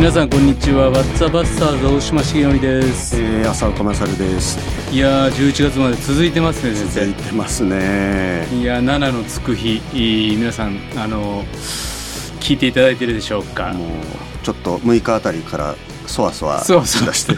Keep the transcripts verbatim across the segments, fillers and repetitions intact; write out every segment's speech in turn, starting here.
皆さんこんにちは。ワッツァバッサーズ大島重則です。 えー、浅岡勝です。 いやーじゅういちがつまで続いてますね。先生続いてますね。 いやななのつく日、皆さんあの聞いていただいているでしょうか。 もうちょっとむいかあたりからそわそわしだして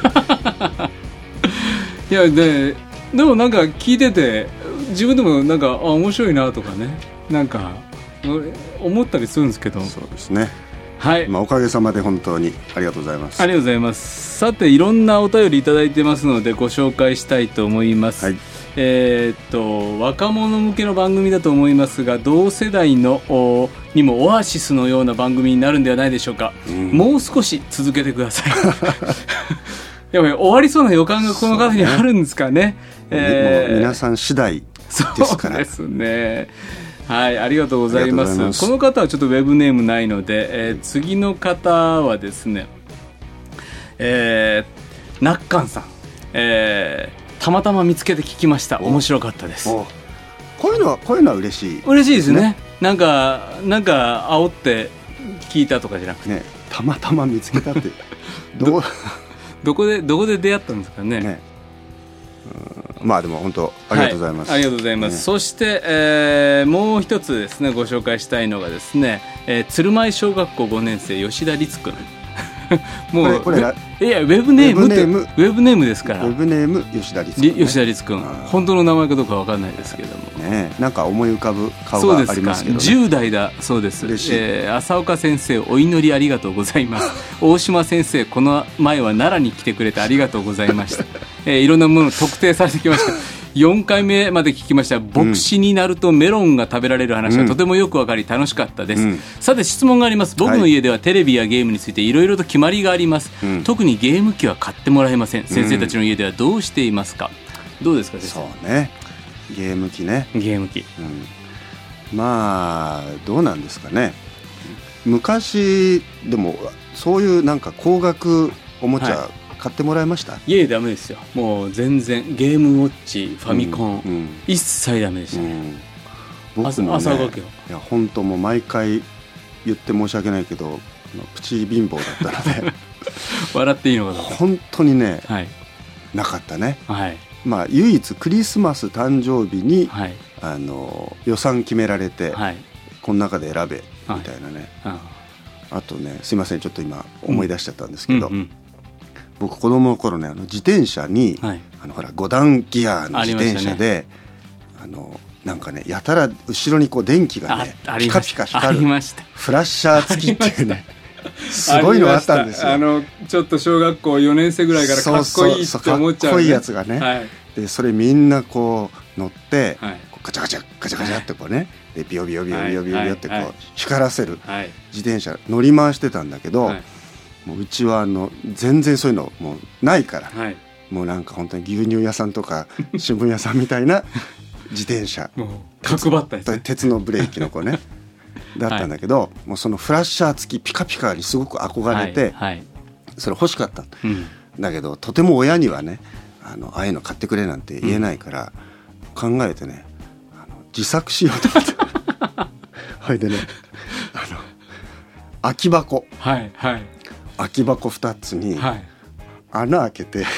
いやででもなんか聞いてて自分でもなんかあ面白いなとかね、なんか思ったりするんですけど。 そうですね。 はい、 まあ、おかげさまで本当にありがとうございます。 ありがとうございます。さていろんなお便りいただいてますのでご紹介したいと思います。はい、えー、っと若者向けの番組だと思いますが、同世代のにもオアシスのような番組になるんではないでしょうか。うん、もう少し続けてくださいでも終わりそうな予感がこの方にあるんですかね。 えー、もう皆さん次第ですから。 そうですね。はい、ありがとうございます。この方はちょっとウェブネームないので、えー、次の方はですね、えー、ナッカンさん、えー、たまたま見つけて聞きました。面白かったです。 こういうのはこういうのは嬉しい、 嬉しいですね。なんかなんか煽って聞いたとかじゃなくて、ね、 たまたま見つけたってど, どこでどこで出会ったんですかね。ね、 まあでも本当ありがとうございます。 はい、ありがとうございます。ね、そして、えー、もう一つですねご紹介したいのがですね、えー、鶴舞小学校ごねん生吉田律君もうこれこれいやウェブネームってウェブネームですから。 ウェブネーム吉田律君、ね、 吉田律君、本当の名前かどうかわかんないですけれどもね、なんか思い浮かぶ顔がありますけどね。 そうですか。じゅう代だそうです。えー、浅岡先生お祈りありがとうございます大島先生この前は奈良に来てくれてありがとうございましたえー、いろんなもの特定されてきましたよんかいめまで聞きました。牧師になるとメロンが食べられる話はとてもよくわかり楽しかったです。うん、さて質問があります。僕の家ではテレビやゲームについていろいろと決まりがあります。うん、特にゲーム機は買ってもらえません。先生たちの家ではどうしていますか。どうですか先生。 そうね、ゲーム機ね。 ゲーム機、 うん、まあどうなんですかね。昔でもそういうなんか高額おもちゃ、はい、買ってもらいました？ いえダメですよ。もう全然ゲームウォッチファミコン、うんうん、一切ダメでしたね。うん、 僕もね、 朝がけよ。 いや本当もう毎回言って申し訳ないけどプチ貧乏だったので笑っていいのかな。 本当にね、はい、なかったね。はい、まあ唯一クリスマス誕生日に、はい、あの予算決められて、はい、この中で選べみたいなね。はい、あ, あとねすいませんちょっと今思い出しちゃったんですけど。うんうんうん、僕子供の頃ねあの自転車に、はい、あのほらご段ギアの自転車で あ,、ね、あのなんかねやたら後ろにこう電気がねピカピカ光るフラッシャー付きっていうねすごいのがあったんですよ。 あのちょっと小学校よねん生ぐらいからかっこいいって思っちゃう、ね、 かっこいいやつがね、はい、でそれみんなこう乗って、はい、こうガチャガチャガチャガチャってこうね、はい、でビヨビヨビヨビヨビヨビヨってこう光らせる自転車乗り回してたんだけど、はい、もううちはあの全然そういうのもうないから、はい、もうなんか本当に牛乳屋さんとか新聞屋さんみたいな自転車もう角張ったやつ、ね、 鉄のブレーキの子ねだったんだけど、はい、もうそのフラッシャー付きピカピカにすごく憧れて、はいはい、それ欲しかった、うん、だけどとても親にはねあのああいうの買ってくれなんて言えないから、うん、考えてねあの自作しようと思ってそれでねあの空き箱、はいはい、空き箱ふたつに穴開けて、はい、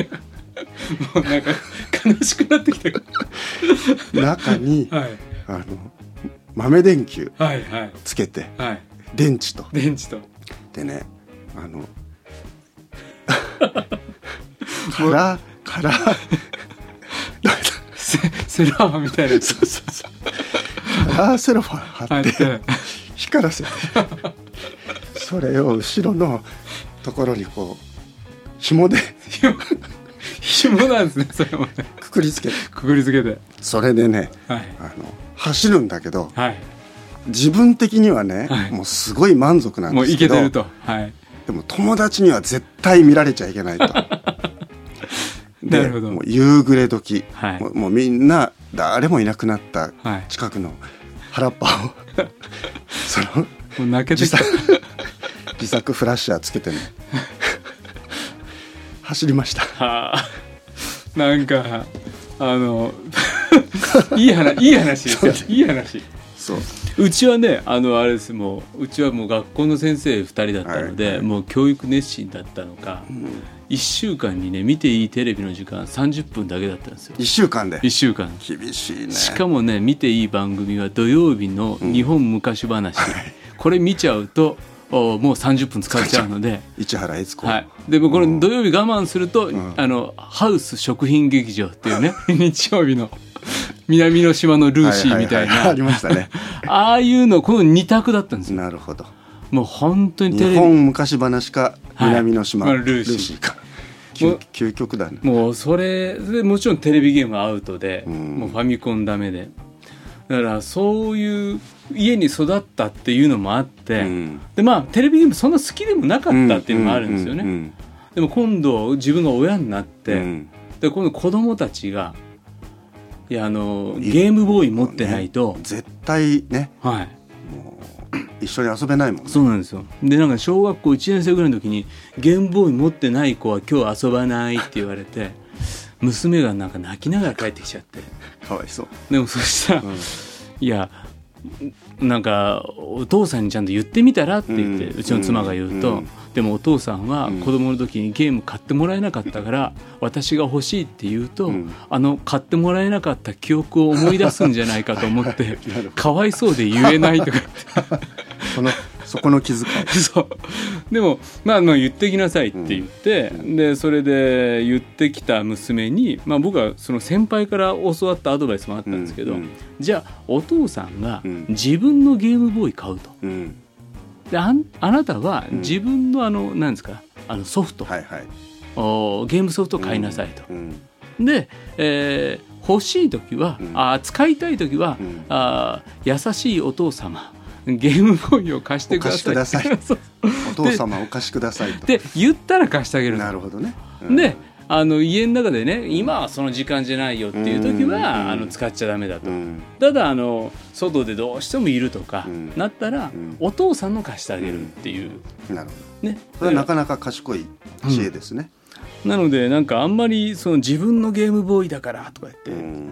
もうなんか悲しくなってきた中に、はい、あの豆電球つけて、はいはい、電池と電池とでねあのからからセ, セラーみたいなそうそうそうカラーセロファン貼って光らせてそれを後ろのところにこう紐で紐なんですね。それもねくくりつけてくくりつけてそれでね、はい、あの走るんだけど、はい、自分的にはね、はい、もうすごい満足なんですけど、 もういけてると、はい、 でも友達には絶対見られちゃいけないとでなるほど。もう夕暮れ時、はい、も, うもうみんな誰もいなくなった近くの原っぱを、はい、そのもう泣けてきた自作フラッシャーつけてね走りました。はあ、 なんかあのいい話いい話ですよ。いい話。 そううちはねあのあれですもううちはもう学校の先生ふたりだったので、はいはい、もう教育熱心だったのか、うん、いっしゅうかんにね見ていいテレビの時間さんじゅっぷんだけだったんですよ。 いっしゅうかんでいっしゅうかん厳しいね。 しかもね見ていい番組は土曜日の日本昔話、うん、これ見ちゃうともうさんじゅっぷん使っちゃうので市原悦子、 はい、でもこれ土曜日我慢すると、うん、あのハウス食品劇場っていうね日曜日の南の島のルーシーみたいな、はいはいはい、ありましたねああいうのこのに択だったんですよ。 なるほど。 もう本当にテレビ日本昔話か南の島、 はいまあ、ルーシー、ルーシーか究, 究極だね。 もうそれでもちろんテレビゲームはアウトで、うん、もうファミコンダメでだからそういう家に育ったっていうのもあって、うん、でまあテレビゲームそんな好きでもなかったっていうのもあるんですよね、うんうんうんうん、でも今度自分が親になって、うん、で今度子供たちがいやあのゲームボーイ持ってないと、 ね、絶対ね、はい、もう一緒に遊べないもんね。 そうなんですよ。でなんか小学校いちねん生ぐらいの時にゲームボーイ持ってない子は今日遊ばないって言われて娘がなんか泣きながら帰ってきちゃってかわいそう。 でもそしたら、うん、いやなんかお父さんにちゃんと言ってみたらって言って、うん、うちの妻が言うと、うん、でもお父さんは子供の時にゲーム買ってもらえなかったから、うん、私が欲しいって言うと、うん、あの買ってもらえなかった記憶を思い出すんじゃないかと思ってかわいそうで言えないとか言ってそのそこの気遣いそうでも、まあ、まあ言ってきなさいって言って、うん、でそれで言ってきた娘に、まあ、僕はその先輩から教わったアドバイスもあったんですけど、うんうん、じゃあお父さんが自分のゲームボーイ買うと、うん、で あ, あなたは自分のあの、うん、なんですかあのソフト、はいはい、おゲームソフトを買いなさいと、うんうん、で、えー、欲しい時は、うん、あ使いたい時は、うん、あ優しいお父様ゲームボーイを貸してください。お貸しくださいお父様お貸しくださいとで言ったら貸してあげる。 なるほどね、 うん、であの家の中でね今はその時間じゃないよっていう時はあの使っちゃダメだと、うん、ただあの外でどうしてもいるとか、うん、なったら、うん、お父さんの貸してあげるっていう、 うん、なるほどね。それはなかなか賢い知恵ですね、 うん、なのでなんかあんまりその自分のゲームボーイだからとか言って、うん、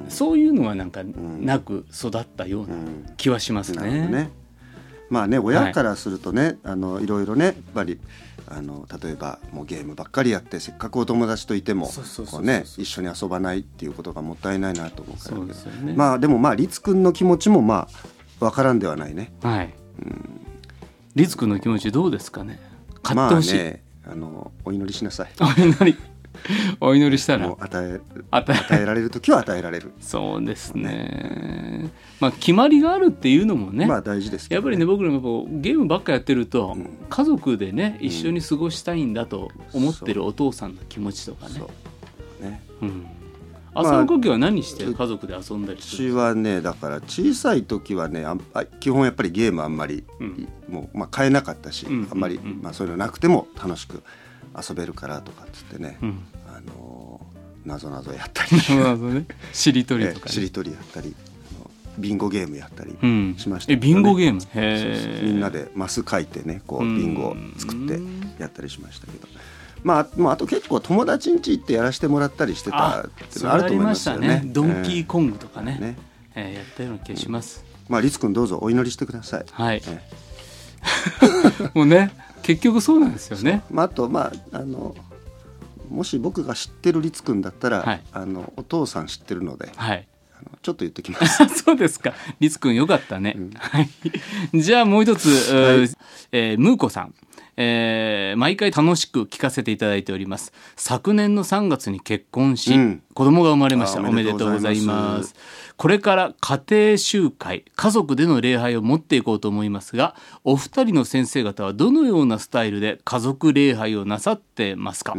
そういうのはなんかなく育ったような気はしますね、うん、なるほどね。 まあね、親からするとね、はい、あのいろいろねやっぱりあの例えばもうゲームばっかりやってせっかくお友達といても一緒に遊ばないっていうことがもったいないなと思うから、そうですよね。まあでもまあ律くんの気持ちもまあ分からんではないね。はい、 うん、律くんの気持ちどうですかね。買ってほしい。まあね、 あのお祈りしなさい。 お祈りお祈りしたらもう与え、与えられるときは与えられるそうですね、まあ、決まりがあるっていうのもね、 まあ、大事ですけどね。 やっぱりね僕らもゲームばっかやってると、うん、家族でね一緒に過ごしたいんだと思ってるお父さんの気持ちとかね、そうね、うん、遊ぶ時は何して家族で遊んだりする？ うちはねだから小さい時はねあ基本やっぱりゲームあんまり、うん、もう、まあ、買えなかったし、うん、あんまり、まあ、そういうのなくても楽しく遊べるからとかっつってね、うん、あのなぞなぞやったりね、しりとりとか、ね、 しりとりやったりビンゴゲームやったりしました、 ね、うん、えビンゴゲームへそうそうみんなでマス書いてねこうビンゴを作ってやったりしましたけど、まあ、まあ、あと結構友達ん家行ってやらせてもらったりしてたっていうのあると思いますよね。 ドンキーコングとかね、えーねえー、やったような気がします、 うん、まあ律くんどうぞお祈りしてください。 はい、えー、もうね結局そうなんですよね。 まあ、あとまああのもし僕が知ってる律くんだったら、はい、あのお父さん知ってるので、はい、あのちょっと言ってきます。 そうですか。律くんよかったね、うん、じゃあもう一つ、はいえー、ムーコさん、えー、毎回楽しく聞かせていただいております。昨年のさんがつに結婚し、うん、子供が生まれました。おめでとうございます。これから家庭集会家族での礼拝を持っていこうと思いますが、お二人の先生方はどのようなスタイルで家族礼拝をなさってますか？うん、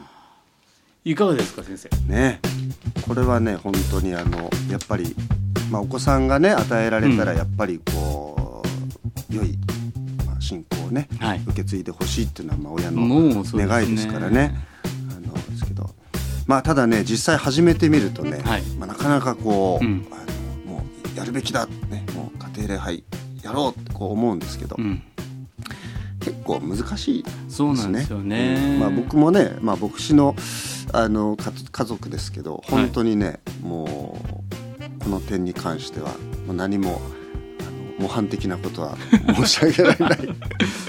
いかがですか先生。 ね、これはね本当にあのやっぱり、まあ、お子さんがね与えられたらやっぱりこう、うん、良い、まあ、信仰をね、はい、受け継いでほしいっていうのはまあ親の願いですからね。あのですけど、まあ、ただね実際始めてみるとね、はいまあ、なかなかこう、うん、あのもうやるべきだ、ね、もう家庭礼拝やろうってこう思うんですけど、うん、結構難しいですね。 そうなんですよね、 うんまあ、僕もね、まあ、牧師の、あの家族ですけど本当にね、はい、もうこの点に関しては何もあの模範的なことは申し上げられないう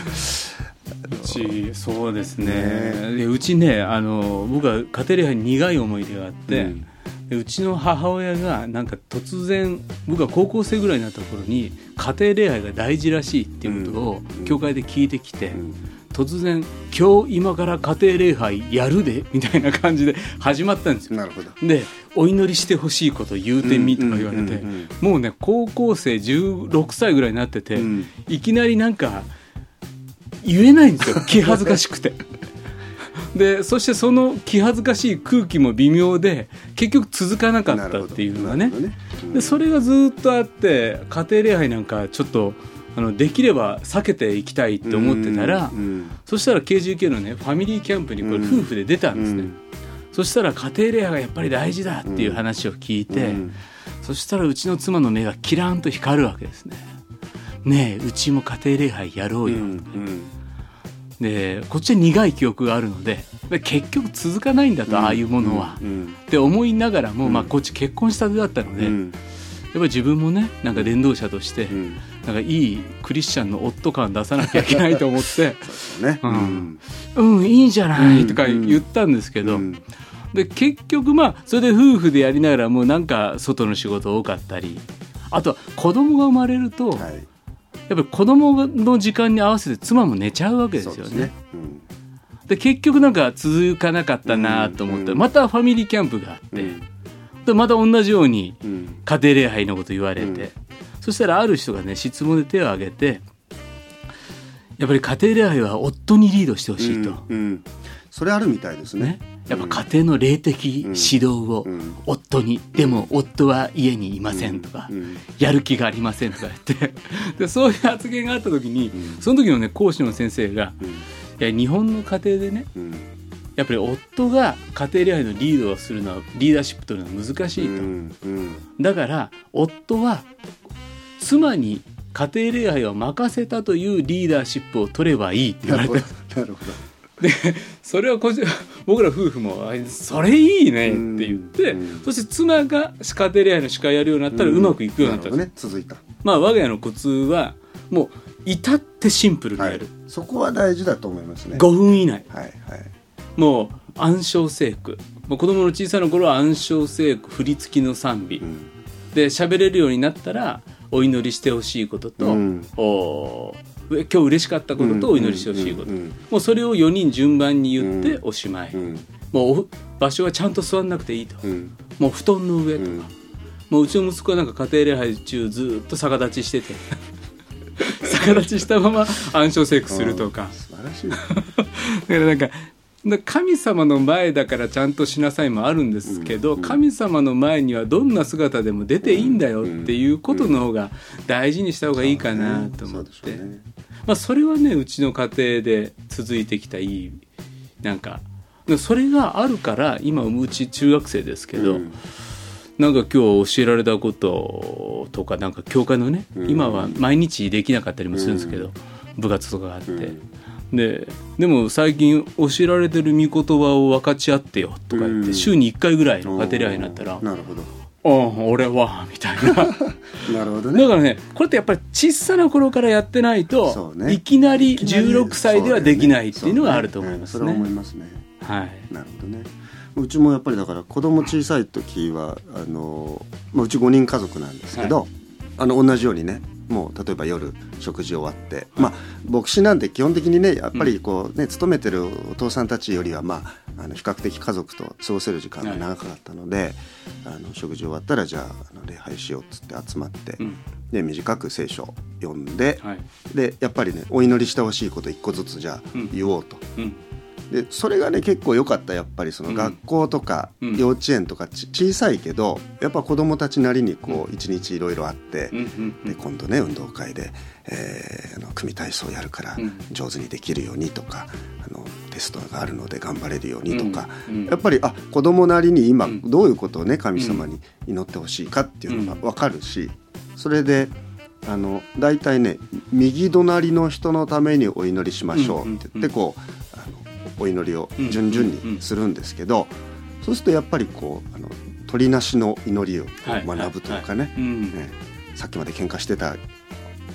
ちそうですね、ねでうちねあの僕は家庭礼拝に苦い思い出があって、うん、でうちの母親がなんか突然僕が高校生ぐらいになった頃に家庭礼拝が大事らしいっていうことを教会で聞いてきて、うんうん、突然今日今から家庭礼拝やるでみたいな感じで始まったんですよ。 なるほど。 でお祈りしてほしいこと言うてみとか言われて、うんうんうんうん、もうね高校生じゅうろくさいぐらいになってて、うん、いきなりなんか言えないんですよ気恥ずかしくてでそしてその気恥ずかしい空気も微妙で結局続かなかったっていうのが ね, ね、うん、でそれがずっとあって家庭礼拝なんかちょっとあのできれば避けていきたいって思ってたら、うんうん、そしたら ケージーケー のねファミリーキャンプにこれ夫婦で出たんですね、うん、そしたら家庭礼拝がやっぱり大事だっていう話を聞いて、うん、そしたらうちの妻の目がキラーンと光るわけですね。ねえうちも家庭礼拝やろうよ、うんうん、でこっちは苦い記憶があるので結局続かないんだと、うん、ああいうものは、うんうん、って思いながらも、まあ、こっち結婚したてだったので、うん、やっぱり自分もねなんか伝道者として、うん、なんかいいクリスチャンの夫感出さなきゃいけないと思ってね、 うんうん、いいじゃないとか言ったんですけど、うん、で結局まあそれで夫婦でやりながらもうなんか外の仕事多かったりあとは子供が生まれると、はい、やっぱり子供の時間に合わせて妻も寝ちゃうわけですよね。そうですね、うん、で結局なんか続かなかったなと思って、うんうん、またファミリーキャンプがあって、うん、でまた同じように家庭礼拝のこと言われて、うん、そしたらある人がね質問で手を挙げてやっぱり家庭礼拝は夫にリードしてほしいと、 うんうん、それあるみたいですね。ねやっぱ家庭の霊的指導を夫に、うん、でも夫は家にいませんとか、うん、やる気がありませんとか言ってでそういう発言があった時に、うん、その時の、ね、講師の先生が、うん、いや日本の家庭でね、うん、やっぱり夫が家庭礼拝のリードをするのはリーダーシップ取るのは難しいと、うんうん、だから夫は妻に家庭礼拝を任せたというリーダーシップを取ればいいって言われてなるほどでそれはこちら僕ら夫婦もそれいいねって言って、うん、そして妻が家庭礼拝の司会やるようになったらうまくいくようになったんです、うん、 ね、続いた。 まあ我が家のコツはもう至ってシンプルにやる、はい、 そこは大事だと思いますね。 ごふん以内、 はいはい、 もう暗唱聖句、もう子供の小さな頃は暗唱聖句振り付きの賛美、うん、で喋れるようになったらお祈りしてほしいことと、うん、お今日嬉しかったこととお祈りしてほしいこと、うんうんうん、もうそれをよにん順番に言っておしまい、うん、もう場所はちゃんと座んなくていいと、うん、もう布団の上とか、うん、もううちの息子はなんか家庭礼拝中ずっと逆立ちしてて逆立ちしたまま暗唱聖句するとか素晴らしいだからなんか神様の前だからちゃんとしなさいもあるんですけど、うんうん、神様の前にはどんな姿でも出ていいんだよっていうことの方が大事にした方がいいかなと思って、そ, ね そ, ねまあ、それはねうちの家庭で続いてきたいいなんかそれがあるから今うち中学生ですけど、うん、なんか今日教えられたこととかなんか教会のね、うん、今は毎日できなかったりもするんですけど、うん、部活とかがあって、うんで, でも最近教えられてる御言葉を分かち合ってよとか言って、うん、週にいっかいぐらいの家庭礼拝になったらなるほどああ俺はみたいななるほどね。 だからねこれってやっぱり小さな頃からやってないと、ね、いきなりじゅうろくさいではできないっていうのがあると思いますね。 それは思いますね。 はい、 なるほどね。うちもやっぱりだから子供小さい時はあの、まあ、うちごにん家族なんですけど、はい、あの同じようにねもう例えば夜食事終わって、はい、まあ牧師なんて基本的にねやっぱりこうね、うん、勤めてるお父さんたちよりはまああの比較的家族と過ごせる時間が長かったので、はい、あの食事終わったらじゃあ、あの礼拝しようっつって集まって、うん、で短く聖書読んで、はい、でやっぱりねお祈りしてほしいこと一個ずつじゃあ言おうと、うんうんでそれがね結構良かった。やっぱりその学校とか幼稚園とかち、うん、小さいけどやっぱ子どもたちなりにこう一日いろいろあって、うん、で今度ね運動会で、えー、あの組体操やるから上手にできるようにとか、あのテストがあるので頑張れるようにとか、うん、やっぱりあ子どもなりに今どういうことをね神様に祈ってほしいかっていうのが分かるし、それであの大体ね右隣の人のためにお祈りしましょうって言ってこうお祈りを順々にするんですけど、うんうんうん、そうするとやっぱりこうあの鳥なしの祈りを学ぶというかね、さっきまで喧嘩してた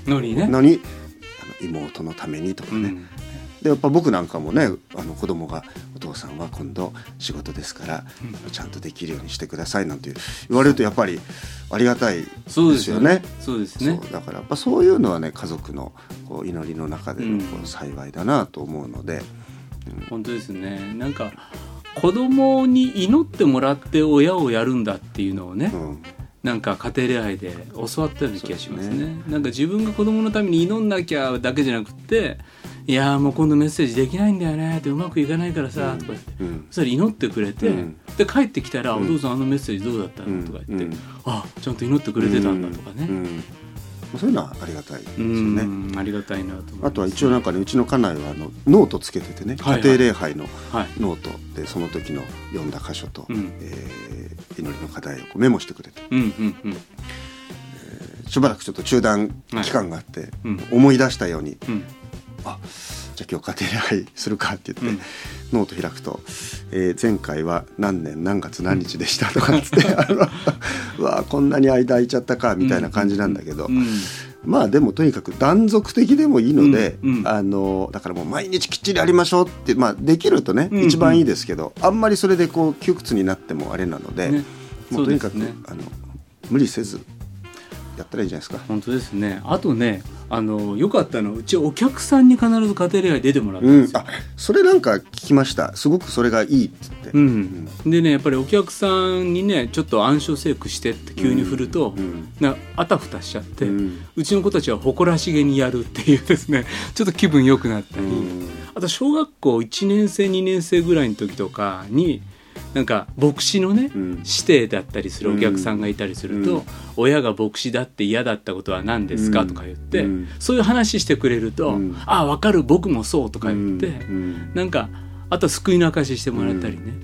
のにねのにあの妹のためにとかね、うん、でやっぱ僕なんかもねあの子供がお父さんは今度仕事ですから、うん、ちゃんとできるようにしてくださいなんて言われるとやっぱりありがたいですよね。 そうですね。 そうだからやっぱそういうのはね家族のこう祈りの中でのこう幸いだなと思うので、 うんうん、本当ですね。なんか子供に祈ってもらって親をやるんだっていうのをね、うん、なんか家庭礼拝で教わったような気がしますね。ねなんか自分が子供のために祈んなきゃだけじゃなくて、いやもう今度メッセージできないんだよねってうまくいかないからさ、うん、とか言って、うん、それ祈ってくれて、うん、で帰ってきたら、うん、お父さんあのメッセージどうだったのとか言って、うん、あちゃんと祈ってくれてたんだとかね、うんうんそういうのはありがたいですよね。 うんありがたいなと思います。 あとは一応なんかねうちの家内はあのノートつけててね、はいはい、家庭礼拝のノートでその時の読んだ箇所と、うんえー、祈りの課題をこうメモしてくれて、うんうんうんえー、しばらくちょっと中断期間があって、はいうん、思い出したように、うん、あじゃあ今日家庭礼拝するかって言って、うん、ノート開くと、えー、前回は何年何月何日でしたとかっつってあのうわこんなに間空いちゃったかみたいな感じなんだけど、うんうんうん、まあでもとにかく断続的でもいいので、うんうん、あのだからもう毎日きっちりやりましょうって、まあ、できるとね、うんうん、一番いいですけどあんまりそれでこう窮屈になってもあれなので、ね、もうとにかく、ね、あの無理せずやったらいいじゃないですか。 本当ですね。あとねあのよかったのうちお客さんに必ず家庭礼拝出てもらったんですよ、うん、あそれなんか聞きました。すごくそれがいいって言って、うんうん、でねやっぱりお客さんにねちょっと暗唱聖句してって急に振ると、うんうん、なあたふたしちゃって、うん、うちの子たちは誇らしげにやるっていうですねちょっと気分良くなったり、うん、あと小学校いちねん生にねん生ぐらいの時とかになんか牧師のね、うん、指定だったりするお客さんがいたりすると、うん、親が牧師だって嫌だったことは何ですか、うん、とか言って、うん、そういう話してくれると、うん、ああ分かる僕もそうとか言って、うん、なんかあと救いの証ししてもらったりね、うん、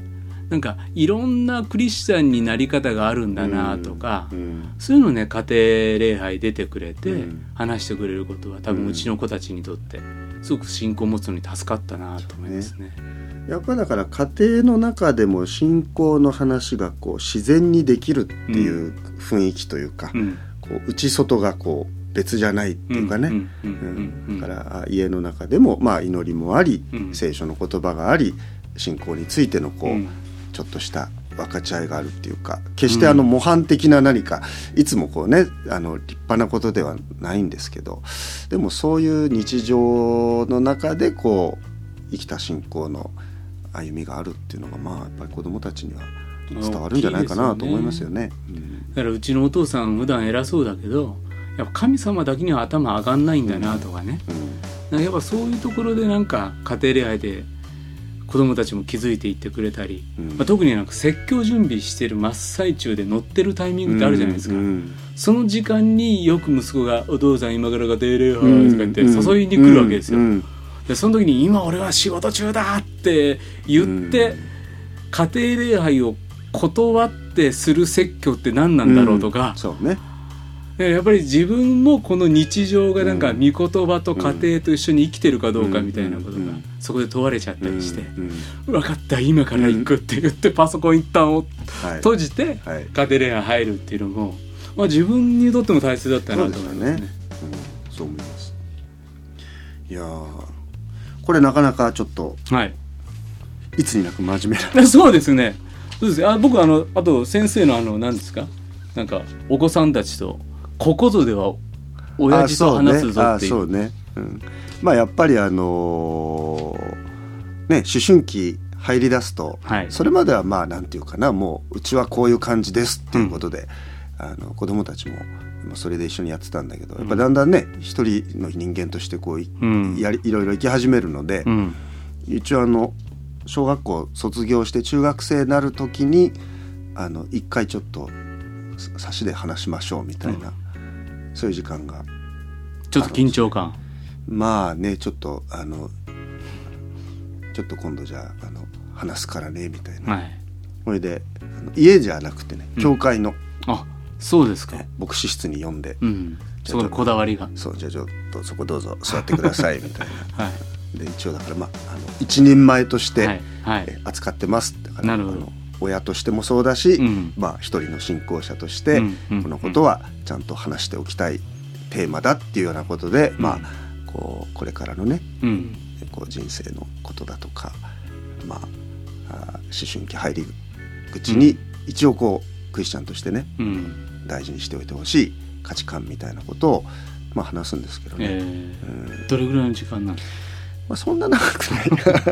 なんかいろんなクリスチャンになり方があるんだなとか、うん、そういうのね家庭礼拝出てくれて、うん、話してくれることは多分うちの子たちにとってすごく信仰を持つのに助かったなと思いますね。 やっぱだから家庭の中でも信仰の話がこう自然にできるっていう雰囲気というか、うん、こう内外がこう別じゃないっていうかね、だから家の中でもまあ祈りもあり、うん、聖書の言葉があり信仰についてのこう、うん、ちょっとした分かち合いがあるっていうか決してあの模範的な何か、うん、いつもこうねあの立派なことではないんですけどでもそういう日常の中でこう生きた信仰の歩みがあるっていうのがまあやっぱり子どもたちには伝わるんじゃないかなと思いますよね。うん、 だからうちのお父さん普段偉そうだけどやっぱ神様だけには頭上がんないんだなとかね、うんうん、やっぱそういうところでなんか家庭礼拝で子どもたちも気づいていってくれたり、うんまあ、特になんか説教準備してる真っ最中で乗ってるタイミングってあるじゃないですか、うんうん、その時間によく息子がお父さん今から家庭礼拝とか言って誘いに来るわけですよ、うんうんうんでその時に今俺は仕事中だって言って、うん、家庭礼拝を断ってする説教って何なんだろうとか、 うん、そうね、 やっぱり自分もこの日常がなんか御言葉と家庭と一緒に生きてるかどうかみたいなことがそこで問われちゃったりして、うんうん、分かった今から行くって言ってパソコン一旦を閉じて家庭礼拝入るっていうのも、まあ、自分にとっても大切だったなと思いますね。そうですね、 うん、そう思います。いやこれなかなかちょっと、はい、いつになく真面目なそうですね。そうです。あ僕あのあと先生のあの何ですかなんかお子さんたちとここぞでは親父と話すぞっていう。 そうね。あそうね、うん、まあやっぱりあのー、ね思春期入り出すと、はい、それまではまあなんていうかなもううちはこういう感じですっていうことで、うん、あの子供たちもそれで一緒にやってたんだけどやっぱだんだんね一人の人間としてこう い,、うん、やりいろいろ生き始めるので、うん、一応あの小学校卒業して中学生になる時にあの一回ちょっと差しで話しましょうみたいな、うん、そういう時間がちょっと緊張感まあねちょっとあのちょっと今度じゃあ、あの話すからねみたいな、はい、それであの家じゃなくてね教会の、 うん、あそうですか、 牧師室に呼んで、 うん、そここだわりがそうじゃあちょっとそこどうぞ座ってくださいみたいな、はい、で一応だから、まあ、あの一人前として、はいはい、扱ってますだからあの親としてもそうだし、うんまあ、一人の信仰者として、うん、このことはちゃんと話しておきたいっテーマだっていうようなことで、うん、まあこうこれからのね、うん、こう人生のことだとか、まあ、あ思春期入り口に一応こうクリスチャンとしてね、うん、大事にしておいてほしい価値観みたいなことを、まあ、話すんですけどね、えーうん、どれぐらいの時間なの？ まあ、そんな長くない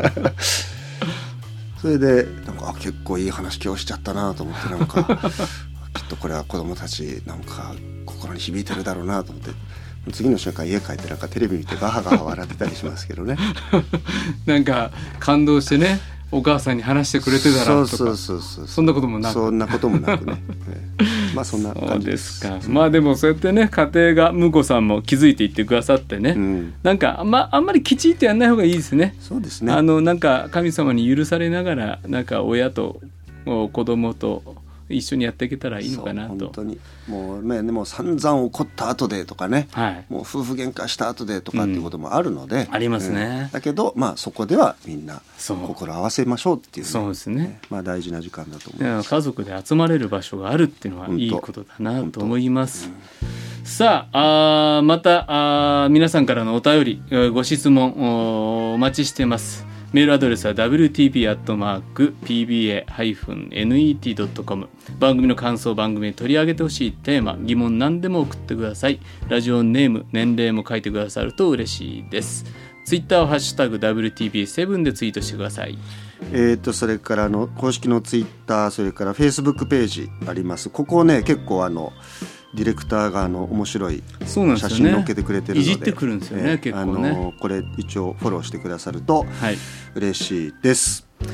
それでなんか結構いい話今日しちゃったなと思って、なんかきっとこれは子供たちなんか心に響いてるだろうなと思って、次の瞬間家帰ってなんかテレビ見てガハガハ笑ってたりしますけどねなんか感動してね、お母さんに話してくれてたらとか、 そうそうそうそう、 そんなこともなくそんなこともなくねまあそんな感じです。 そうですか。まあでもそうやってね、家庭が婿さんも気づいていってくださってね、うん、なんかあんま、あんまりきちっとやんない方がいいですね。 そうですね。 あのなんか神様に許されながら、なんか親と子供と一緒にやっていけたらいいのかなと。 本当にもうね、もう散々怒った後でとかね、はい、もう夫婦喧嘩した後でとかっていうこともあるので、 うん、ありますね、 うん、だけど、まあ、そこではみんな心合わせましょうっていう、ね、 そうですね、 まあ、大事な時間だと思います。 家族で集まれる場所があるっていうのはいいことだなと思います、うん、さあ、あまたあ皆さんからのお便りご質問お待ちしてます。メールアドレスは ダブリューティービー アットマーク ピービーエー ネット ドットコム、 番組の感想、番組で取り上げてほしいテーマ、疑問何でも送ってください。ラジオネーム、年齢も書いてくださると嬉しいです。ツイッターをハッシュタグ ダブリューティービーセブン でツイートしてください。 えー、とそれからの公式のツイッター、それからフェイスブックページあります。ここね、結構あのディレクターがあの面白い写真載っけてくれてるので、 いじってくるんですよね、えー、結構ね。 あのこれ一応フォローしてくださると嬉しいです、 はい、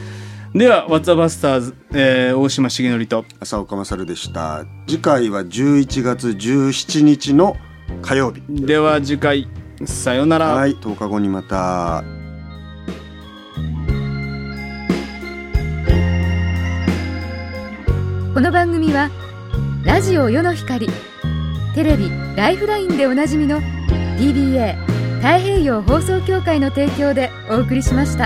ではワッツアバスターズ、えー、大島重則と浅岡勝でした。次回はじゅういちがつじゅうしちにちの火曜日では、次回さよなら。 はい、とおかごにまた。 この番組はラジオ世の光、テレビライフラインでおなじみの ティービーエー 太平洋放送協会の提供でお送りしました。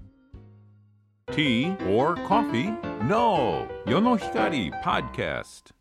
Tea or coffee? No! 世の光 Podcast